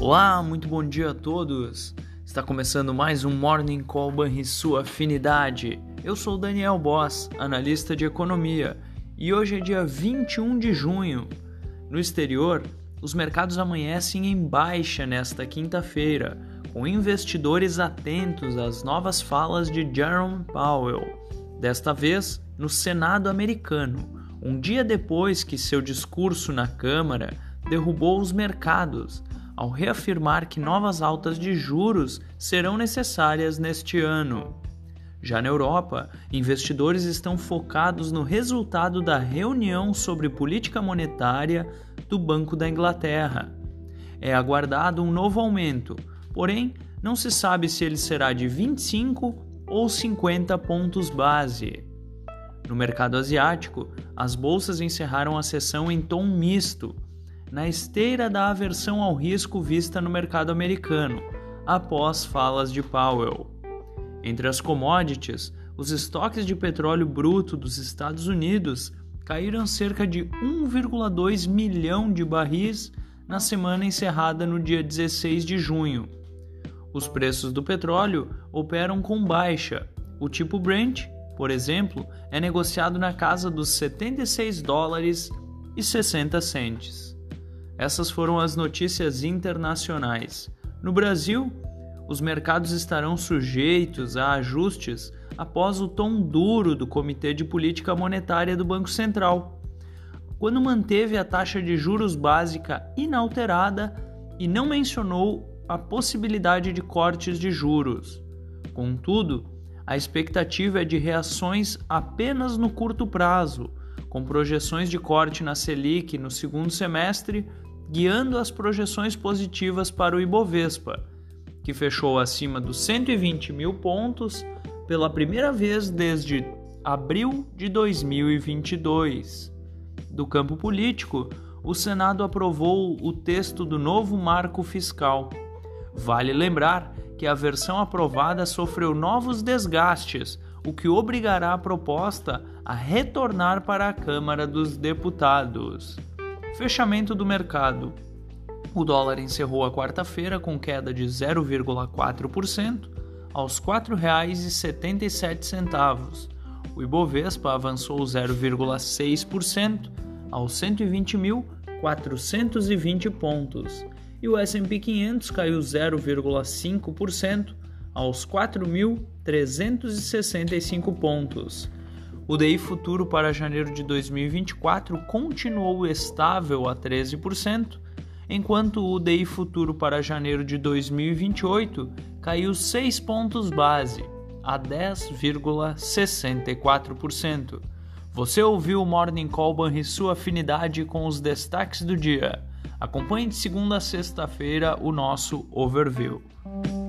Olá, muito bom dia a todos. Está começando mais um Morning Call e sua afinidade. Eu sou Daniel Boss, analista de economia, e hoje é dia 21 de junho. No exterior, os mercados amanhecem em baixa nesta quinta-feira, com investidores atentos às novas falas de Jerome Powell, desta vez no Senado americano, um dia depois que seu discurso na Câmara derrubou os mercados, ao reafirmar que novas altas de juros serão necessárias neste ano. Já na Europa, investidores estão focados no resultado da reunião sobre política monetária do Banco da Inglaterra. É aguardado um novo aumento, porém não se sabe se ele será de 25 ou 50 pontos base. No mercado asiático, as bolsas encerraram a sessão em tom misto, na esteira da aversão ao risco vista no mercado americano, após falas de Powell. Entre as commodities, os estoques de petróleo bruto dos Estados Unidos caíram cerca de 1,2 milhão de barris na semana encerrada no dia 16 de junho. Os preços do petróleo operam com baixa. O tipo Brent, por exemplo, é negociado na casa dos $76,60. Essas foram as notícias internacionais. No Brasil, os mercados estarão sujeitos a ajustes após o tom duro do Comitê de Política Monetária do Banco Central, quando manteve a taxa de juros básica inalterada e não mencionou a possibilidade de cortes de juros. Contudo, a expectativa é de reações apenas no curto prazo, com projeções de corte na Selic no segundo semestre, guiando as projeções positivas para o Ibovespa, que fechou acima dos 120 mil pontos pela primeira vez desde abril de 2022. Do campo político, o Senado aprovou o texto do novo marco fiscal. Vale lembrar que a versão aprovada sofreu novos desgastes, o que obrigará a proposta a retornar para a Câmara dos Deputados. Fechamento do mercado. O dólar encerrou a quarta-feira com queda de 0,4% aos R$ 4,77. O Ibovespa avançou 0,6% aos 120.420 pontos. E o S&P 500 caiu 0,5% aos 4.365 pontos. O DI futuro para janeiro de 2024 continuou estável a 13%, enquanto o DI futuro para janeiro de 2028 caiu 6 pontos base, a 10,64%. Você ouviu o Morning Call e sua afinidade com os destaques do dia. Acompanhe de segunda a sexta-feira o nosso overview.